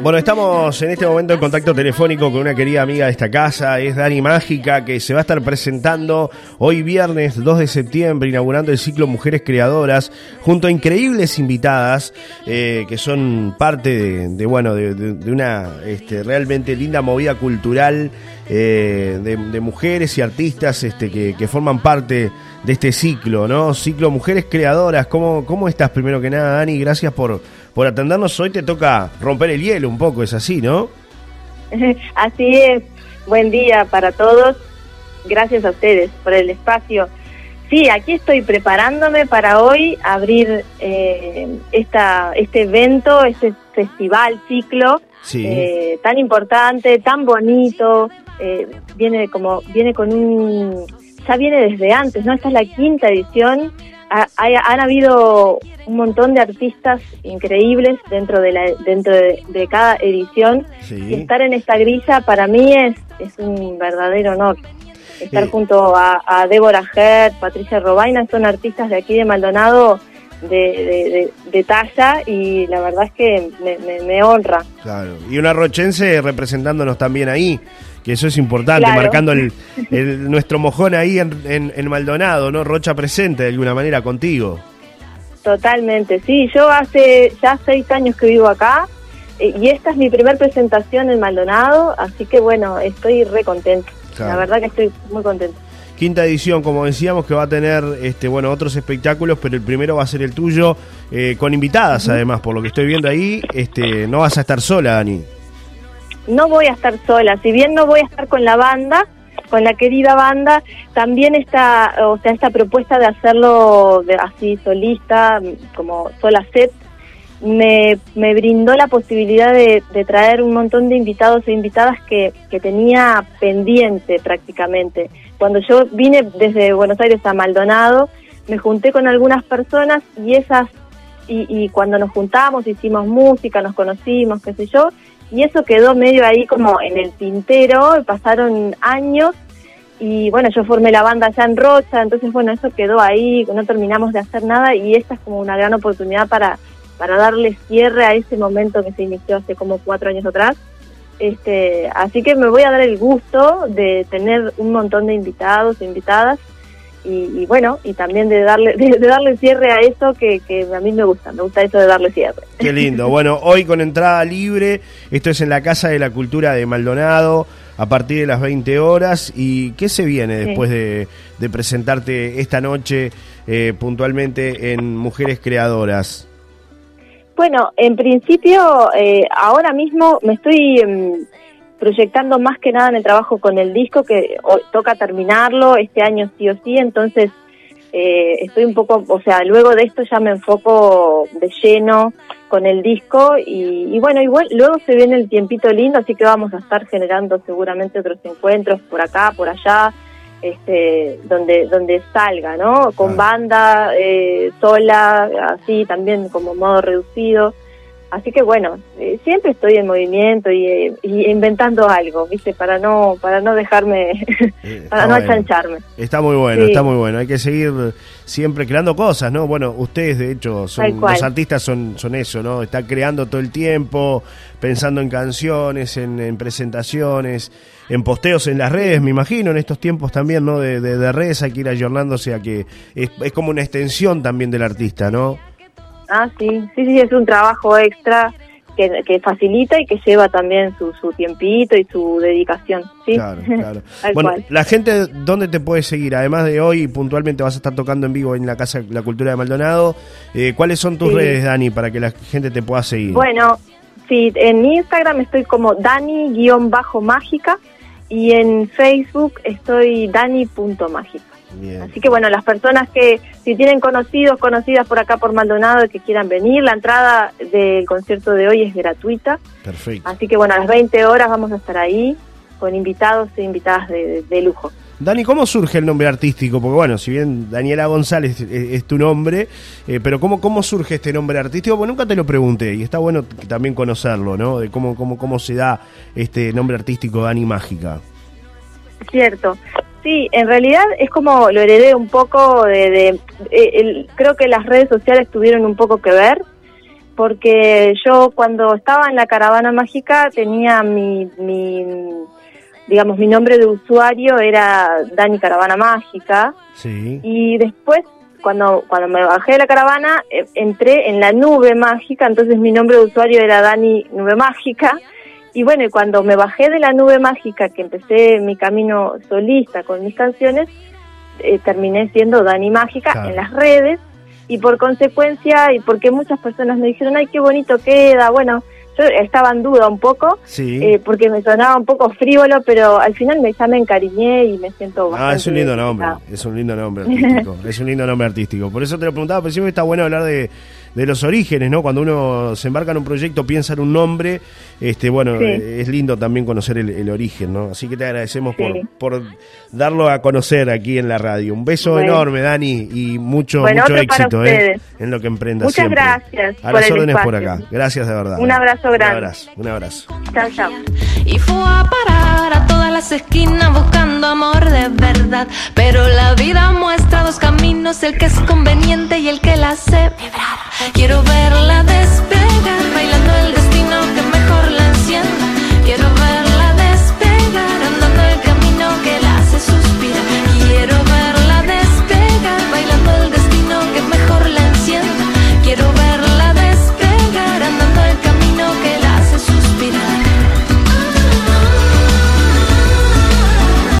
Bueno, estamos en este momento en contacto telefónico con una querida amiga de esta casa, es Dani Mágica, que se va a estar presentando hoy viernes 2 de septiembre, inaugurando el ciclo Mujeres Creadoras, junto a increíbles invitadas que son parte de una realmente linda movida cultural de mujeres y artistas que forman parte de este ciclo, ¿no? Ciclo Mujeres Creadoras. ¿Cómo estás, primero que nada, Dani? Gracias por atendernos. Hoy te toca romper el hielo un poco, es así, ¿no? Así es. Buen día para todos. Gracias a ustedes por el espacio. Sí, aquí estoy preparándome para hoy abrir este evento, este festival, ciclo, sí, tan importante, tan bonito. Viene con un... Ya viene desde antes, ¿no? Esta es la 5ª edición. Han habido un montón de artistas increíbles dentro de cada edición, sí. Y estar en esta grilla para mí es un verdadero honor. Estar junto a Débora Hert, Patricia Robaina, son artistas de aquí de Maldonado de talla, y la verdad es que me honra. Claro, y una rochense representándonos también ahí, que eso es importante, claro. Marcando nuestro mojón ahí en Maldonado, ¿no? Rocha presente de alguna manera contigo. Totalmente, sí. Yo hace ya 6 años que vivo acá, y esta es mi primer presentación en Maldonado, así que bueno, estoy re contenta. Claro. La verdad que estoy muy contenta. 5ª edición, como decíamos, que va a tener otros espectáculos, pero el primero va a ser el tuyo, con invitadas. Uh-huh. Además, por lo que estoy viendo ahí, no vas a estar sola, Dani. No voy a estar sola, si bien no voy a estar con la banda, con la querida banda, también esta propuesta de hacerlo así solista, como sola set, me brindó la posibilidad de traer un montón de invitados e invitadas que tenía pendiente prácticamente. Cuando yo vine desde Buenos Aires a Maldonado, me junté con algunas personas y cuando nos juntamos hicimos música, nos conocimos, qué sé yo, y eso quedó medio ahí como en el tintero. Pasaron años y bueno, yo formé la banda allá en Rocha, entonces bueno, eso quedó ahí, no terminamos de hacer nada, y esta es como una gran oportunidad para darle cierre a ese momento que se inició hace como 4 años atrás. Así que me voy a dar el gusto de tener un montón de invitados e invitadas, y bueno, y también de darle cierre a eso que a mí me gusta eso de darle cierre. Qué lindo. Bueno, hoy con entrada libre, esto es en la Casa de la Cultura de Maldonado, a partir de las 20 horas. ¿Y qué se viene después de presentarte esta noche puntualmente en Mujeres Creadoras? Bueno, en principio, ahora mismo me estoy proyectando más que nada en el trabajo con el disco, que toca terminarlo este año sí o sí, entonces estoy un poco, luego de esto ya me enfoco de lleno con el disco, y bueno, igual luego se viene el tiempito lindo, así que vamos a estar generando seguramente otros encuentros por acá, por allá, donde salga, ¿no? Con banda, sola, así también como modo reducido. Así que bueno, siempre estoy en movimiento y inventando algo, ¿viste? Para no dejarme, para no achancharme. Está muy bueno, sí. Está muy bueno. Hay que seguir siempre creando cosas, ¿no? Bueno, ustedes de hecho los artistas son eso, ¿no? Están creando todo el tiempo, pensando en canciones, en presentaciones, en posteos en las redes, me imagino, en estos tiempos también, ¿no? De redes hay que ir ayornándose a que es como una extensión también del artista, ¿no? Ah, sí, es un trabajo extra que facilita y que lleva también su tiempito y su dedicación, ¿sí? Claro. Bueno, la gente, ¿dónde te puede seguir? Además de hoy, puntualmente vas a estar tocando en vivo en la Casa de la Cultura de Maldonado. ¿Cuáles son tus redes, Dani, para que la gente te pueda seguir? Bueno, sí, en Instagram estoy como Dani_mágica, y en Facebook estoy Dani.mágica. Bien. Así que bueno, las personas que si tienen conocidas por acá por Maldonado y que quieran venir, la entrada del concierto de hoy es gratuita. Perfecto. Así que bueno, a las 20 horas vamos a estar ahí con invitados e invitadas de lujo. Dani, ¿cómo surge el nombre artístico? Porque bueno, si bien Daniela González es tu nombre, pero ¿cómo surge este nombre artístico? Pues nunca te lo pregunté y está bueno también conocerlo, ¿no? De cómo se da este nombre artístico Dani Mágica. Cierto. Sí, en realidad es como lo heredé un poco creo que las redes sociales tuvieron un poco que ver, porque yo cuando estaba en la Caravana Mágica tenía digamos, mi nombre de usuario era Dani Caravana Mágica. Sí. Y después, cuando me bajé de la caravana, entré en la Nube Mágica, entonces mi nombre de usuario era Dani Nube Mágica. Y bueno, y cuando me bajé de la Nube Mágica, que empecé mi camino solista con mis canciones, terminé siendo Dani Mágica, claro, en las redes, y por consecuencia, y porque muchas personas me dijeron, ay, qué bonito queda, bueno, yo estaba en duda un poco, sí, porque me sonaba un poco frívolo, pero al final ya me encariñé y me siento bastante... es un lindo nombre, es un lindo nombre artístico, es un lindo nombre artístico. Por eso te lo preguntaba, pero siempre está bueno hablar de los orígenes, ¿no? Cuando uno se embarca en un proyecto, piensa en un nombre, bueno, sí, es lindo también conocer el origen, ¿no? Así que te agradecemos por darlo a conocer aquí en la radio. Un beso enorme, Dani, y mucho éxito en lo que emprendas. Muchas siempre. Gracias. A las órdenes por acá. Gracias de verdad. Un abrazo grande. Un abrazo. Chao, chao. Y fue a parar a todas las esquinas buscando amor de verdad, pero la vida muestra dos caminos, el que es conveniente y el que la hace vibrar. Quiero ver